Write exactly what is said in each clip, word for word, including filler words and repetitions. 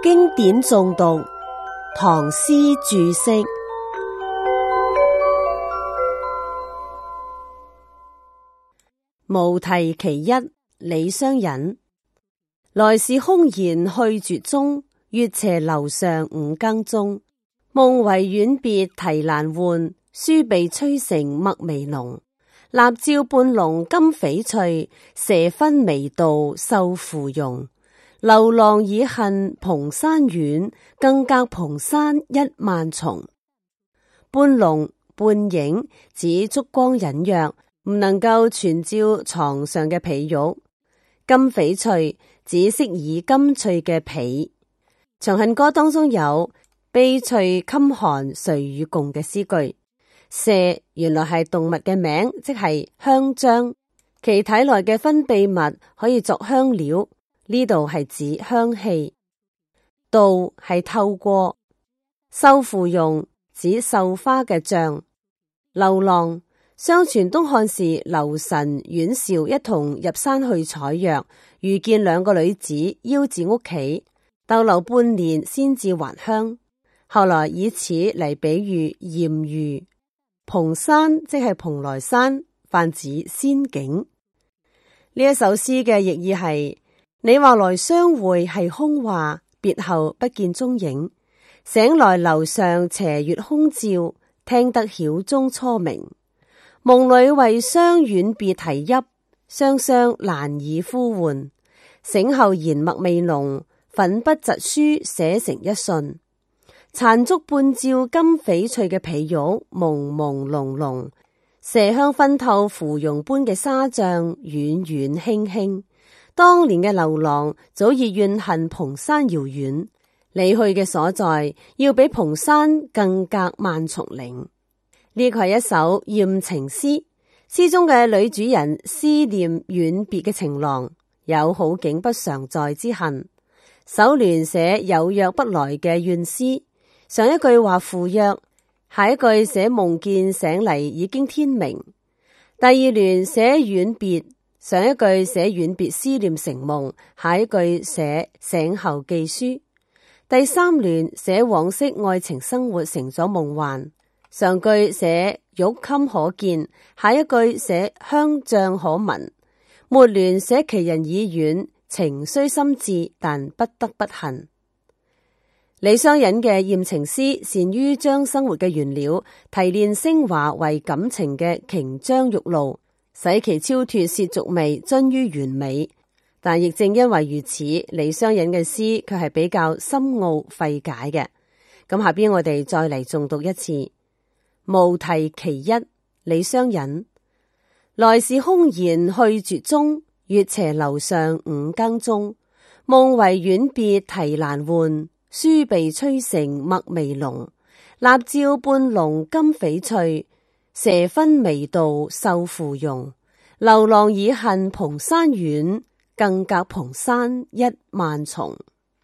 經典誦讀，唐詩注釋。無題其一，李商隱。來是空言去絕蹤，月斜樓上五更鐘。夢為遠別啼鸞喚，書被催成墨微濃。蠟照半籠金翡翠，蛇分微道繡芙蓉。流浪已恨蓬山遠，更隔蓬山一萬重。半籠半影指燭光隱約，唔能夠全照床上嘅被褥。金翡翠指飾以金翠嘅被。長恨歌當中有悲翠衾寒誰與共嘅詩句。蛇原來係動物嘅名，即係香樟，其體內嘅分泌物可以作香料，呢度係指香氣。道係透過，繡芙蓉指繡花嘅帳。流浪，相傳東漢時劉神阮兆一同入山去採藥，遇見兩個女子邀至屋企，逗留半年先至還鄉，後來以此嚟比喻艷遇。蓬山即係蓬萊山，泛指仙境。呢一首詩嘅譯意係：你話來相會係空話，別後不見蹤影。醒來樓上斜月空照，聽得曉鐘初鳴。夢裏為相遠別啼泣，雙雙難以呼喚。醒後言墨未濃，粉筆疾書寫成一信。殘燭半照金翡翠嘅被褥，朦朦朧朧，麝香熏透芙蓉般嘅紗帳，遠遠輕輕。當年嘅流浪早已怨恨蓬山遙遠，離去嘅所在要比蓬山更隔萬重嶺。呢個係一首艷情詩，詩中嘅女主人思念遠別嘅情郎，有好景不常在之恨。首聯寫有約不來嘅怨思，上一句話赴約，下一句寫夢見醒嚟已經天明。第二聯寫遠別，上一句寫遠別思念成夢，下一句寫醒後寄書。第三聯寫往昔愛情生活成咗夢幻，上句寫玉衾可見，下一句寫香帳可聞。末聯寫其人已遠，情雖深摯，但不得不恨。李商隱嘅艷情詩善於將生活嘅原料提煉升華為感情嘅瓊漿玉露，使其超脫褻俗味，臻於完美。但亦正因為如此，李商隱嘅詩卻係比較深奧費解嘅。咁下邊我哋再嚟誦讀一次。無題其一，李商隱。來是空言去絕蹤，月斜樓上五更鐘。夢為遠別啼鸞喚，書被催成墨微濃。蠟照半籠金翡翠，蛇分微道繡芙蓉。流浪已恨蓬山遠，更隔蓬山一萬重。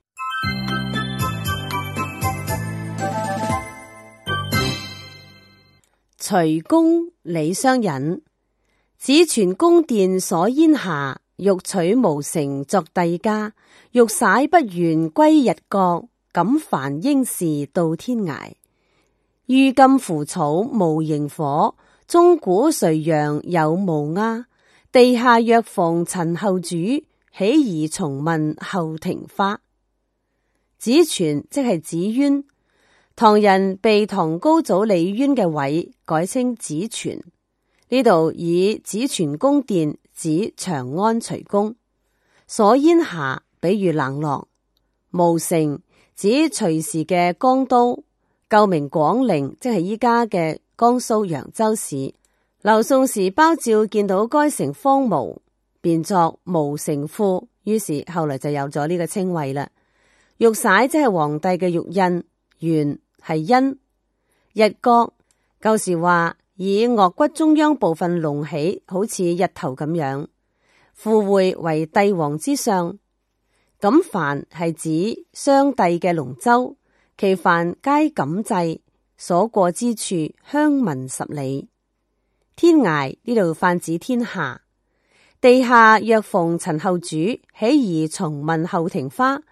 隨宮，李商隱。只傳宮殿鎖煙霞，欲取無成作帝家。欲徙不願歸日國，感煩應是到天涯。於今腐草無螢火，鐘鼓垂楊有無鴉。地下藥房陳後主，起疑重問後庭花。子傳即係子淵，唐人被唐高祖李淵嘅位改稱子傳。呢度以子傳宮殿指長安隨宮。鎖煙霞比喻冷落。無城指隨時嘅江都。舊名廣陵，即係依家嘅江蘇揚州市。劉宋時鮑照見到該城荒蕪，便作無城賦，於是後來就有咗呢個稱謂啦。玉璽即係皇帝嘅玉印，元係殷。日角舊時話以顎骨中央部分隆起，好似日頭咁樣。附會為帝王之相。錦帆係指商帝嘅龍舟，其帆皆錦製，所過之處香聞十里。天涯呢度泛指天下。地下藥房陳後主，起疑重問後庭花。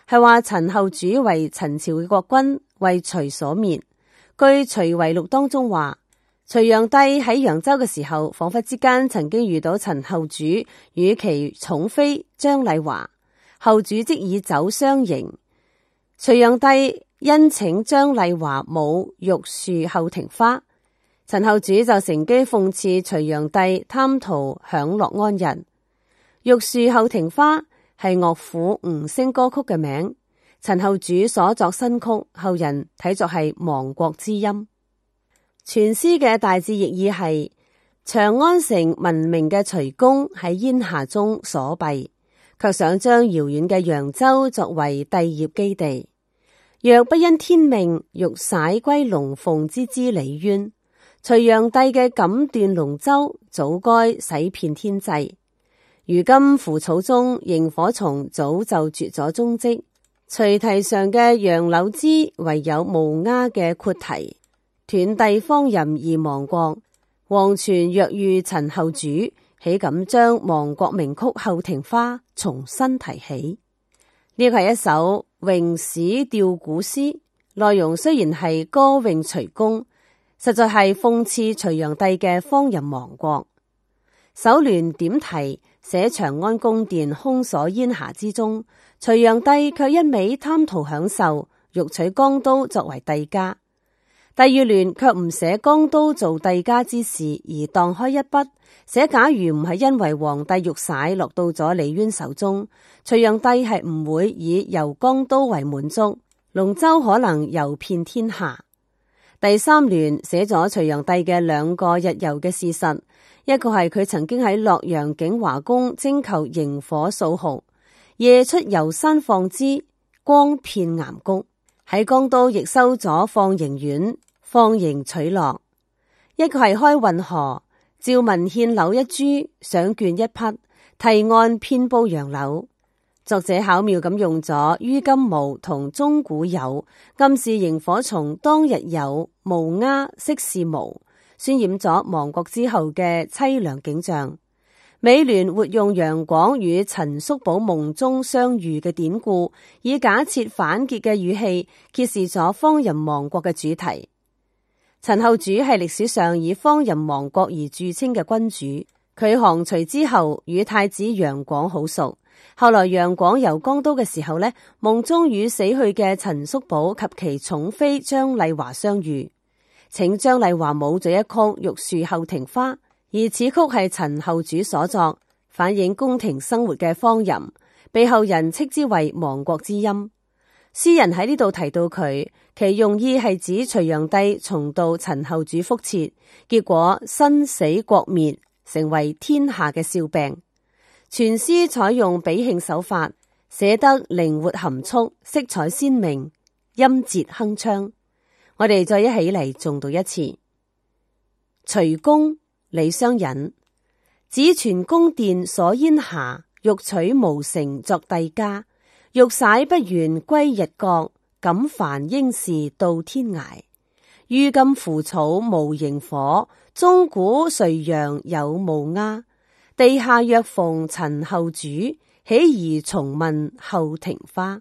係話陳後主為陳朝嘅國君，為隋所滅。據《隋遺錄》當中話，隋煬帝喺揚州嘅時候，仿佛之間曾經遇到陳後主與其寵妃張麗華，後主即以酒相迎。隋煬帝因請張麗華母玉樹後庭花，陳後主就乘機諷刺隋煬帝貪圖享樂安逸。玉樹後庭花係樂府吳聲歌曲嘅名，陳後主所作新曲，後人睇作係亡國之音。全詩嘅大致意義係：長安城聞名嘅隋公喺煙霞中鎖閉，卻想將遙遠嘅揚州作為帝業基地。若不因天命，欲徙歸龍鳳之之李淵。隋煬帝嘅錦斷龍舟，早該駛遍天際。如今腐草中，螢火蟲早就絕咗蹤跡。隨堤上嘅楊柳枝，唯有無鴉嘅闊堤。斷帝荒淫而亡國，黃泉若遇陳後主，豈敢將亡國名曲《後庭花》重新提起？呢個係一首詠史吊古詩，內容雖然係歌詠隋公，實在係諷刺隋煬帝嘅荒淫亡國。首聯點題寫長安宮殿空鎖煙霞之中，隋煬帝卻一味貪圖享受，欲取江都作為帝家。第二聯卻唔寫江都做帝家之事，而蕩開一筆，寫假如唔係因為皇帝玉璽落到咗李淵手中，隋煬帝係唔會以遊江都為滿足，龍舟可能遊遍天下。第三聯寫咗隋煬帝嘅兩個日遊嘅事實，一個係佢曾經喺洛陽景華宮徵求螢火數號，夜出遊山放之，光遍岩谷。喺江都亦修咗放迎院，放迎取樂。一個係開運河，趙文獻柳一株，上卷一匹，堤岸遍布楊柳。作者巧妙咁用咗於今無同中古有，暗示螢火蟲當日有，無鴉昔是無，渲染咗亡國之後嘅淒涼景象。美聯活用楊廣與陳叔寶夢中相遇嘅典故，以假設反結嘅語氣，揭示咗荒淫亡國嘅主題。陳後主係歷史上以荒淫亡國而著稱嘅君主，佢降隋之後與太子楊廣好熟。後來楊廣遊江都嘅時候呢，夢中與死去嘅陳叔寶及其寵妃張麗華相遇，請張麗華舞咗一曲玉樹後庭花。而此曲係陳後主所作，反映宮廷生活嘅荒淫，被後人斥之為亡國之音。詩人喺呢度提到佢，其用意係指隋煬帝重蹈陳後主覆轍，結果生死國滅，成為天下嘅笑柄。全詩採用比興手法，寫得靈活含蓄，色彩鮮明，音節鏗鏘。我哋再一起嚟誦讀一次。隋公李商隱，子存宮殿鎖煙霞，欲取無城作帝家。欲徙不願歸日國，感煩應是到天涯。於今腐草無螢火，鐘鼓隋煬有無鴉。地下若逢陳後主，喜而重問後庭花。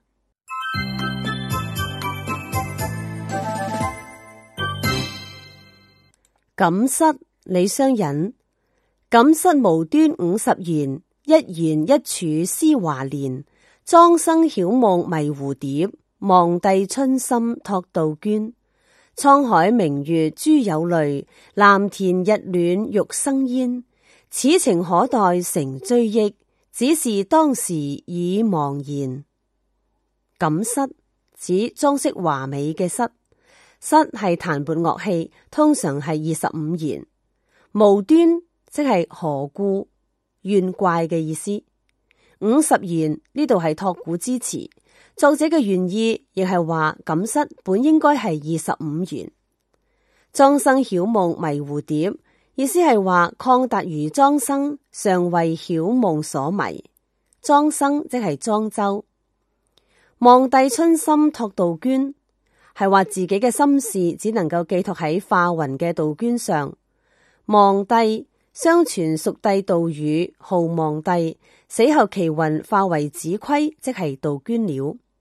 錦瑟李商隱，錦瑟無端五十弦，一弦一柱思華年。莊生曉夢迷蝴蝶，望帝春心托杜鵑。滄海明月珠有淚，藍田日暖玉生煙。此情可待成追憶，只是當時已茫然。錦瑟指裝飾華美嘅瑟，瑟係彈撥樂器，通常係二十五弦。無端即係何故、怨怪嘅意思。五十弦呢度係托古之詞，作者嘅原意亦係話錦瑟本應該係二十五弦。莊生曉夢迷蝴蝶，意思係話鄺達如莊生尚為曉夢所迷。莊生即係莊周。望帝春心托杜鵑，係話自己嘅心事只能夠寄託喺化雲嘅杜鵑上。望帝相傳蜀帝杜宇號望帝，死後其魂化為子規，即係杜鵑鳥。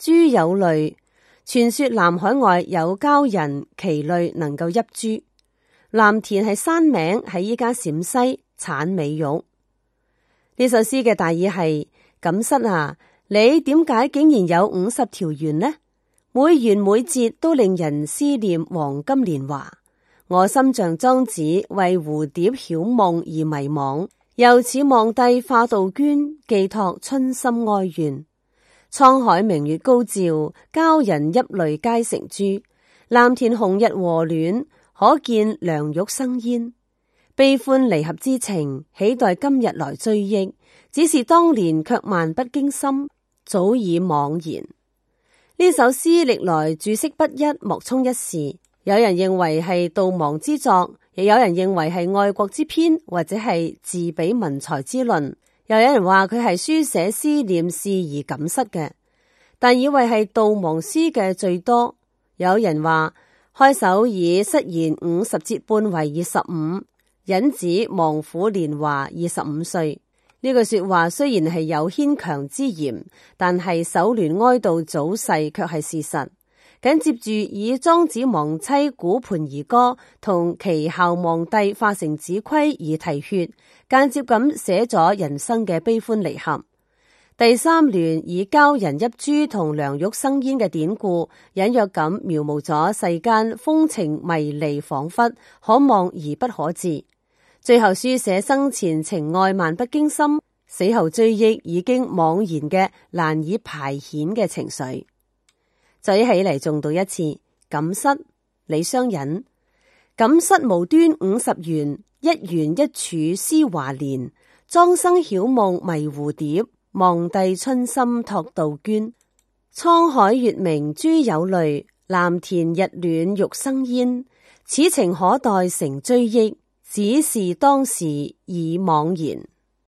珠有淚。傳說南海外有鮫人其淚能夠泣珠。藍田係山名，喺依家陝西產美玉。呢首詩嘅大意係：錦瑟啊，你點解竟然有五十條弦呢？每弦每節都令人思念黃金年華。我心像莊子為蝴蝶曉夢而迷惘，又似望帝化杜鵑寄託春心哀怨。滄海明月高照，鮫人泣淚皆成珠。藍田紅日和暖，可見良玉生煙。悲歡離合之情，豈待今日來追憶？只是當年卻漫不經心，早已惘然。呢首詩歷來注釋不一，莫衷一是。有人認為係悼亡之作，亦有人認為係愛國之篇，或者係自比文才之論。又有人話佢係書寫思念事而感失嘅，但以為係悼亡詩嘅最多。有人話開首以失言五十節半為二十五，引指亡婦年華二十五歲。呢句說話雖然係有牽強之嫌，但係首聯哀悼早逝卻係事實。緊接住以莊子亡妻鼓盤兒歌同其孝望帝化成子規而啼血，間接咁寫咗人生嘅悲歡離合。第三聯以鮫人泣珠同良玉生煙嘅典故，隱約咁描摹咗世間風情迷離恍惚，可望而不可治。最後書寫生前情愛漫不經心，死後追憶已經惘然嘅難以排遣嘅情緒。再一起嚟重讀一次。錦瑟，李商隱。錦瑟無端五十弦，一弦一柱思華年。莊生曉夢迷蝴蝶，望帝春心託杜鵑。滄海月明珠有淚，藍田日暖玉生煙。此情可待成追憶，只是當時已惘然。